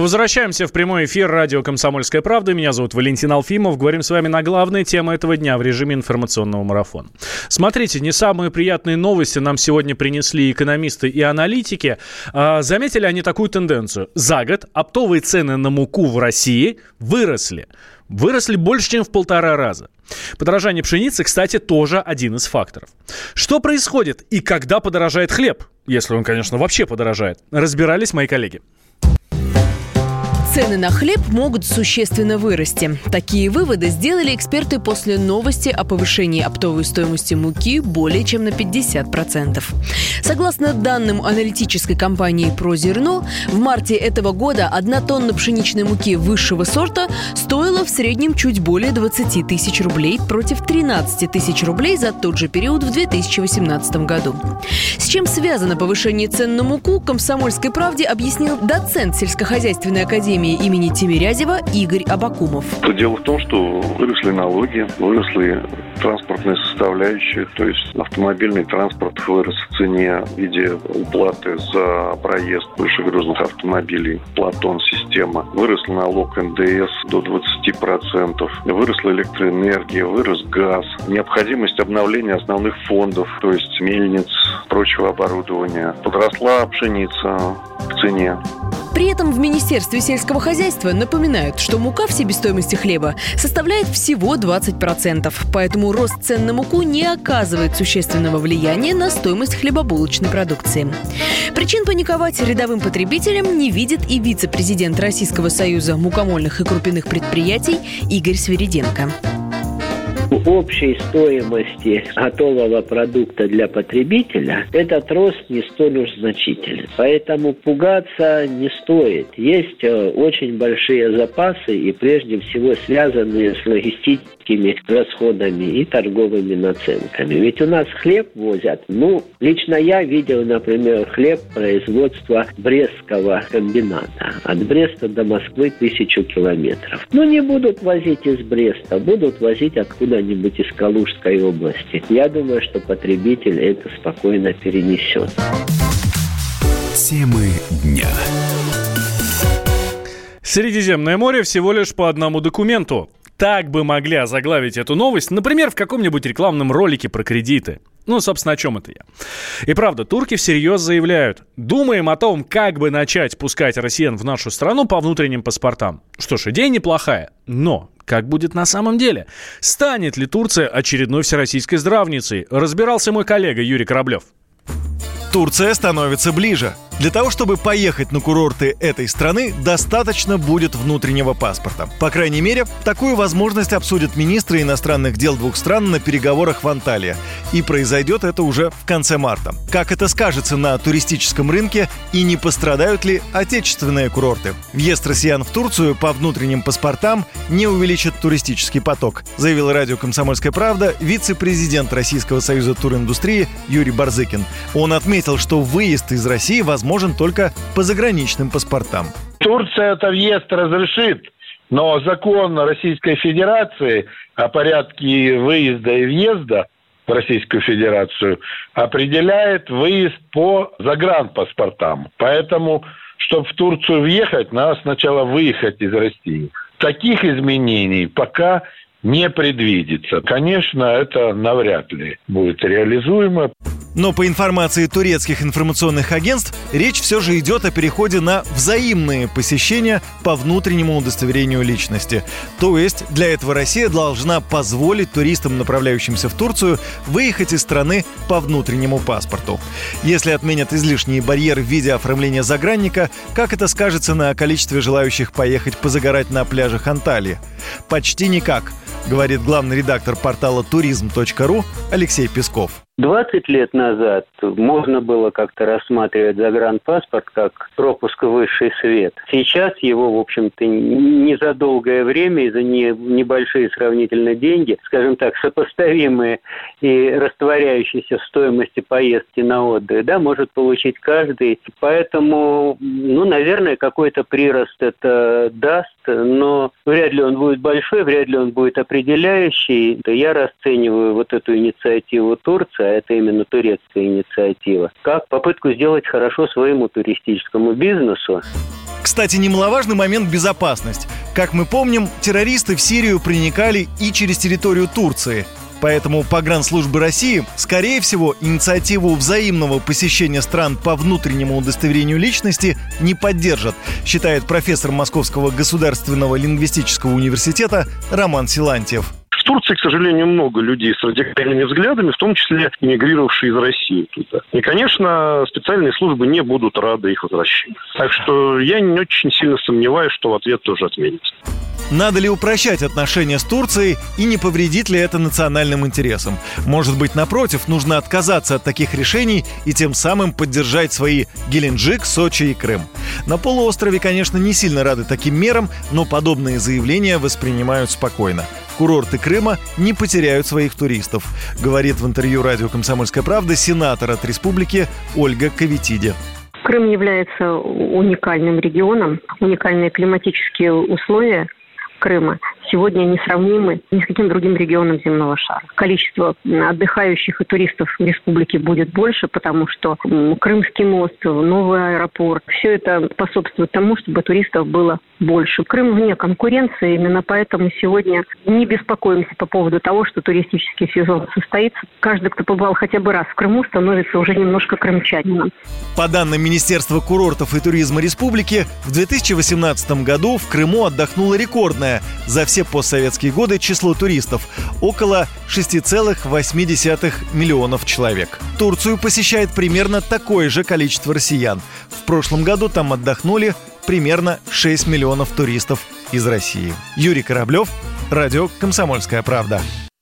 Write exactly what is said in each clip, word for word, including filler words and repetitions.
Возвращаемся в прямой эфир радио «Комсомольская правда». Меня зовут Валентин Алфимов. Говорим с вами на главные темы этого дня в режиме информационного марафона. Смотрите, не самые приятные новости нам сегодня принесли экономисты и аналитики. Заметили они такую тенденцию. За год оптовые цены на муку в России выросли. Выросли больше, чем в полтора раза. Подорожание пшеницы, кстати, тоже один из факторов. Что происходит и когда подорожает хлеб? Если он, конечно, вообще подорожает. Разбирались мои коллеги. Цены на хлеб могут существенно вырасти. Такие выводы сделали эксперты после новости о повышении оптовой стоимости муки более чем на пятьдесят процентов. Согласно данным аналитической компании «Прозерно», в марте этого года одна тонна пшеничной муки высшего сорта стоила в среднем чуть более двадцать тысяч рублей против тринадцать тысяч рублей за тот же период в две тысячи восемнадцатом году. С чем связано повышение цен на муку, «Комсомольской правде» объяснил доцент сельскохозяйственной академии имени Тимирязева Игорь Абакумов. Дело в том, что выросли налоги, выросли транспортные составляющие, то есть автомобильный транспорт вырос в цене в виде уплаты за проезд большегрузных автомобилей, Платон-система. Вырос налог эн дэ эс до двадцать процентов, выросла электроэнергия, вырос газ, необходимость обновления основных фондов, то есть мельниц, прочего оборудования. Подросла пшеница в цене. При этом в Министерстве сельского хозяйства напоминают, что мука в себестоимости хлеба составляет всего двадцать процентов, поэтому рост цен на муку не оказывает существенного влияния на стоимость хлебобулочной продукции. Причин паниковать рядовым потребителям не видит и вице-президент Российского союза мукомольных и крупяных предприятий Игорь Свириденко. Общей стоимости готового продукта для потребителя этот рост не столь уж значителен. Поэтому пугаться не стоит. Есть очень большие запасы и прежде всего связанные с логистическими расходами и торговыми наценками. Ведь у нас хлеб возят. Ну, лично я видел, например, хлеб производства Брестского комбината. От Бреста до Москвы тысячу километров. Ну, не будут возить из Бреста, будут возить откуда нибудь из Калужской области. Я думаю, что потребитель это спокойно перенесет. Темы дня. Средиземное море всего лишь по одному документу. Так бы могли озаглавить эту новость, например, в каком-нибудь рекламном ролике про кредиты. Ну, собственно, о чем это я? И правда, турки всерьез заявляют: думаем о том, как бы начать пускать россиян в нашу страну по внутренним паспортам. Что ж, идея неплохая, но как будет на самом деле? Станет ли Турция очередной всероссийской здравницей? Разбирался мой коллега Юрий Кораблев. Турция становится ближе. Для того, чтобы поехать на курорты этой страны, достаточно будет внутреннего паспорта. По крайней мере, такую возможность обсудят министры иностранных дел двух стран на переговорах в Анталии. И произойдет это уже в конце марта. Как это скажется на туристическом рынке и не пострадают ли отечественные курорты? Въезд россиян в Турцию по внутренним паспортам не увеличит туристический поток, заявил радио «Комсомольская правда» вице-президент Российского союза туриндустрии Юрий Барзыкин. Он отметил, что выезд из России возможен возможен только по заграничным паспортам. Турция это въезд разрешит, но закон Российской Федерации о порядке выезда и въезда в Российскую Федерацию определяет выезд по загранпаспортам. Поэтому, чтобы в Турцию въехать, надо сначала выехать из России. Таких изменений пока не предвидится. Конечно, это навряд ли будет реализуемо. Но по информации турецких информационных агентств, речь все же идет о переходе на взаимные посещения по внутреннему удостоверению личности. То есть для этого Россия должна позволить туристам, направляющимся в Турцию, выехать из страны по внутреннему паспорту. Если отменят излишние барьеры в виде оформления загранника, как это скажется на количестве желающих поехать позагорать на пляжах Анталии? Почти никак, говорит главный редактор портала туризм точка ру Алексей Песков. двадцать лет назад можно было как-то рассматривать загранпаспорт как пропуск в высший свет. Сейчас его, в общем-то, не за долгое время и за не, небольшие сравнительно деньги, скажем так, сопоставимые и растворяющиеся в стоимости поездки на отдых, да, может получить каждый. Поэтому, ну, наверное, какой-то прирост это даст, но вряд ли он будет большой, вряд ли он будет определяющий. Я расцениваю вот эту инициативу Турции, а это именно турецкая инициатива, как попытку сделать хорошо своему туристическому бизнесу. Кстати, немаловажный момент — безопасность. Как мы помним, террористы в Сирию проникали и через территорию Турции. Поэтому погранслужбы России, скорее всего, инициативу взаимного посещения стран по внутреннему удостоверению личности не поддержат, считает профессор Московского государственного лингвистического университета Роман Силантьев. В Турции, к сожалению, много людей с радикальными взглядами, в том числе эмигрировавшие из России туда. И, конечно, специальные службы не будут рады их возвращению. Так что я не очень сильно сомневаюсь, что в ответ тоже отменится. Надо ли упрощать отношения с Турцией и не повредит ли это национальным интересам? Может быть, напротив, нужно отказаться от таких решений и тем самым поддержать свои Геленджик, Сочи и Крым. На полуострове, конечно, не сильно рады таким мерам, но подобные заявления воспринимают спокойно. Курорты Крыма не потеряют своих туристов, говорит в интервью радио «Комсомольская правда» сенатор от республики Ольга Кавитиди. Крым является уникальным регионом, уникальные климатические условия Крыма сегодня несравнимы ни с каким другим регионом земного шара. Количество отдыхающих и туристов в республике будет больше, потому что Крымский мост, новый аэропорт, все это способствует тому, чтобы туристов было больше. Крым вне конкуренции, именно поэтому сегодня не беспокоимся по поводу того, что туристический сезон состоится. Каждый, кто побывал хотя бы раз в Крыму, становится уже немножко крымчанином. По данным Министерства курортов и туризма республики, в две тысячи восемнадцатом году в Крыму отдохнуло рекордное за все постсоветские годы число туристов – около шесть целых восемь десятых миллионов человек. Турцию посещает примерно такое же количество россиян. В прошлом году там отдохнули примерно шесть миллионов туристов из России. Юрий Кораблев, радио «Комсомольская правда».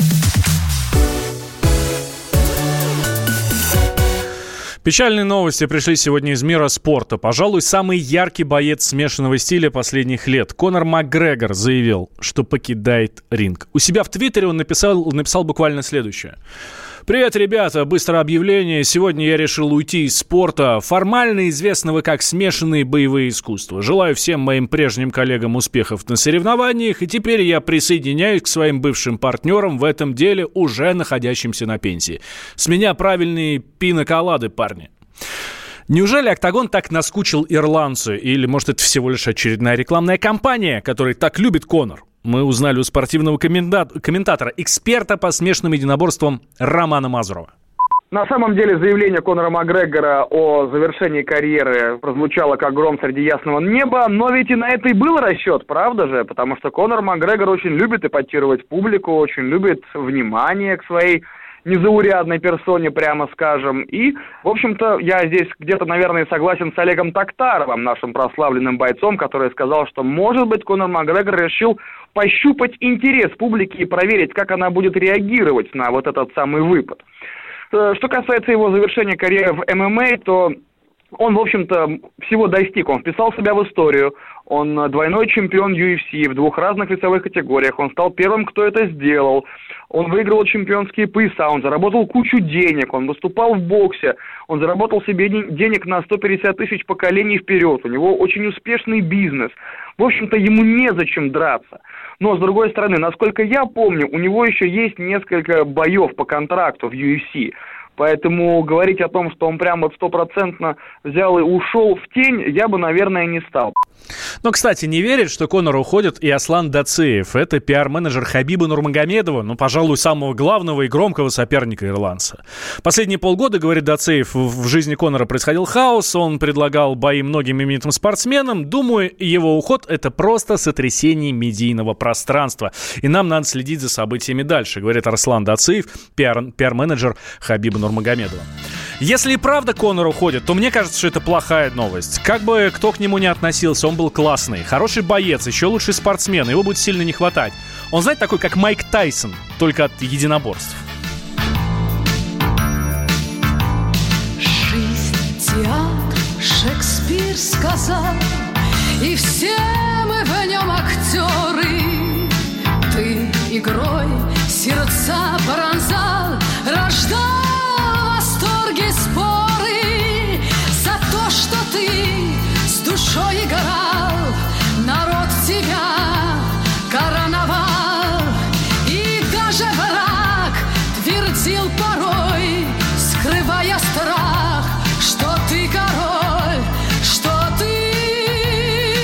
Печальные новости пришли сегодня из мира спорта. Пожалуй, самый яркий боец смешанного стиля последних лет Конор Макгрегор заявил, что покидает ринг. У себя в Твиттере он написал, написал буквально следующее. «Привет, ребята! Быстрое объявление. Сегодня я решил уйти из спорта, формально известного как смешанные боевые искусства. Желаю всем моим прежним коллегам успехов на соревнованиях, и теперь я присоединяюсь к своим бывшим партнерам в этом деле, уже находящимся на пенсии. С меня правильные пиноколады, парни». Неужели «Октагон» так наскучил ирландцу? Или, может, это всего лишь очередная рекламная кампания, которой так любит Конор? Мы узнали у спортивного комментатора, эксперта по смешанным единоборствам Романа Мазурова. На самом деле заявление Конора Макгрегора о завершении карьеры прозвучало как гром среди ясного неба, но ведь и на это и был расчет, правда же? Потому что Конор Макгрегор очень любит эпатировать публику, очень любит внимание к своей незаурядной персоне, прямо скажем. И, в общем-то, я здесь где-то, наверное, согласен с Олегом Токтаровым, нашим прославленным бойцом, который сказал, что, может быть, Конор Макгрегор решил пощупать интерес публики и проверить, как она будет реагировать на вот этот самый выпад. Что касается его завершения карьеры в эм эм а, то он, в общем-то, всего достиг. Он вписал себя в историю. Он двойной чемпион ю эф си в двух разных весовых категориях. Он стал первым, кто это сделал. Он выиграл чемпионские пояса, он заработал кучу денег, он выступал в боксе, он заработал себе денег на сто пятьдесят тысяч поколений вперед. У него очень успешный бизнес. В общем-то, ему незачем драться. Но, с другой стороны, насколько я помню, у него еще есть несколько боев по контракту в ю эф си. Поэтому говорить о том, что он прям вот стопроцентно взял и ушел в тень, я бы, наверное, не стал. Но, кстати, не верит, что Конор уходит и Аслан Дацеев. Это пиар-менеджер Хабиба Нурмагомедова, ну, пожалуй, самого главного и громкого соперника ирландца. Последние полгода, говорит Дацеев, в жизни Конора происходил хаос, он предлагал бои многим именитым спортсменам. Думаю, его уход – это просто сотрясение медийного пространства. И нам надо следить за событиями дальше, говорит Аслан Дацеев, пиар- пиар-менеджер Хабиба Нурмагомедова. Если и правда Конор уходит, то мне кажется, что это плохая новость. Как бы кто к нему ни относился, он был классный, хороший боец, еще лучший спортсмен, его будет сильно не хватать. Он, знаете, такой, как Майк Тайсон, только от единоборств. Жизнь, театр, Шекспир сказал, и все мы в нем актеры. Ты игрой сердца пронзал, рождал восторги, споры за то, что ты с душой играл, народ тебя короновал, и даже враг твердил порой, скрывая страх, что ты король, что ты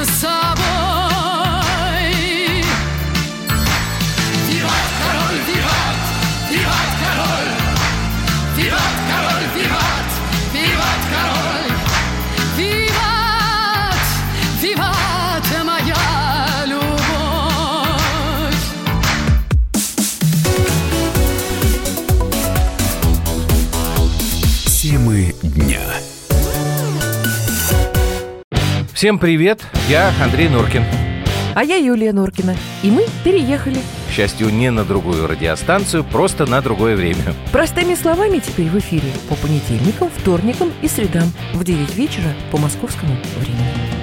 с собой. Виват, король, виват, виват, король, виват, король, виват, виват, король, виват, виват, моя любовь. Темы дня. Всем привет, я Андрей Нуркин. А я Юлия Нуркина. И мы переехали. К счастью, не на другую радиостанцию, просто на другое время. Простыми словами теперь в эфире по понедельникам, вторникам и средам в девять вечера по московскому времени.